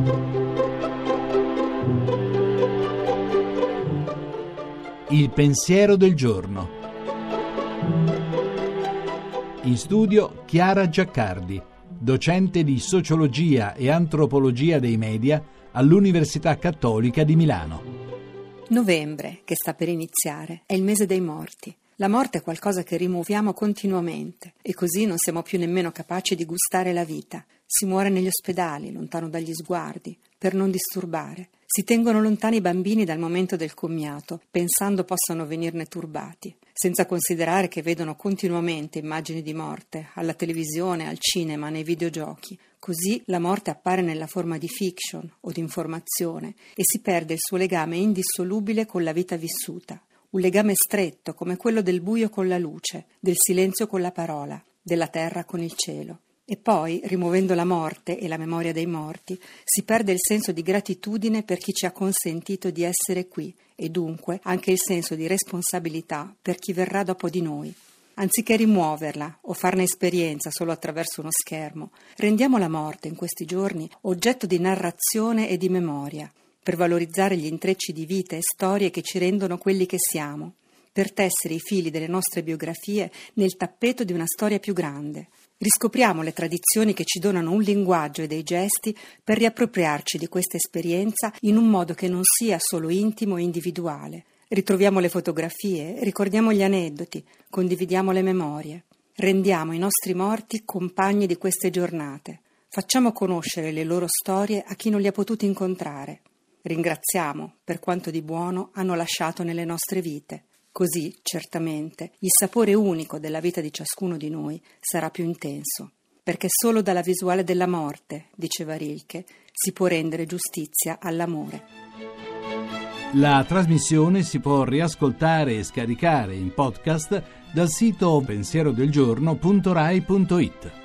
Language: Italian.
Il pensiero del giorno. In studio Chiara Giaccardi, docente di sociologia e antropologia dei media all'Università Cattolica di Milano. Novembre, che sta per iniziare, è il mese dei morti. La morte è qualcosa che rimuoviamo continuamente e così non siamo più nemmeno capaci di gustare la vita. Si muore negli ospedali, lontano dagli sguardi, per non disturbare. Si tengono lontani i bambini dal momento del commiato, pensando possano venirne turbati, senza considerare che vedono continuamente immagini di morte, alla televisione, al cinema, nei videogiochi. Così la morte appare nella forma di fiction o di informazione e si perde il suo legame indissolubile con la vita vissuta. Un legame stretto come quello del buio con la luce, del silenzio con la parola, della terra con il cielo. E poi, rimuovendo la morte e la memoria dei morti, si perde il senso di gratitudine per chi ci ha consentito di essere qui e dunque anche il senso di responsabilità per chi verrà dopo di noi. Anziché rimuoverla o farne esperienza solo attraverso uno schermo, rendiamo la morte in questi giorni oggetto di narrazione e di memoria, per valorizzare gli intrecci di vite e storie che ci rendono quelli che siamo, per tessere i fili delle nostre biografie nel tappeto di una storia più grande. Riscopriamo le tradizioni che ci donano un linguaggio e dei gesti per riappropriarci di questa esperienza in un modo che non sia solo intimo e individuale. Ritroviamo le fotografie, ricordiamo gli aneddoti, condividiamo le memorie. Rendiamo i nostri morti compagni di queste giornate. Facciamo conoscere le loro storie a chi non li ha potuti incontrare. Ringraziamo per quanto di buono hanno lasciato nelle nostre vite. Così, certamente, il sapore unico della vita di ciascuno di noi sarà più intenso, perché solo dalla visuale della morte, diceva Rilke, si può rendere giustizia all'amore. La trasmissione si può riascoltare e scaricare in podcast dal sito pensierodelgiorno.rai.it.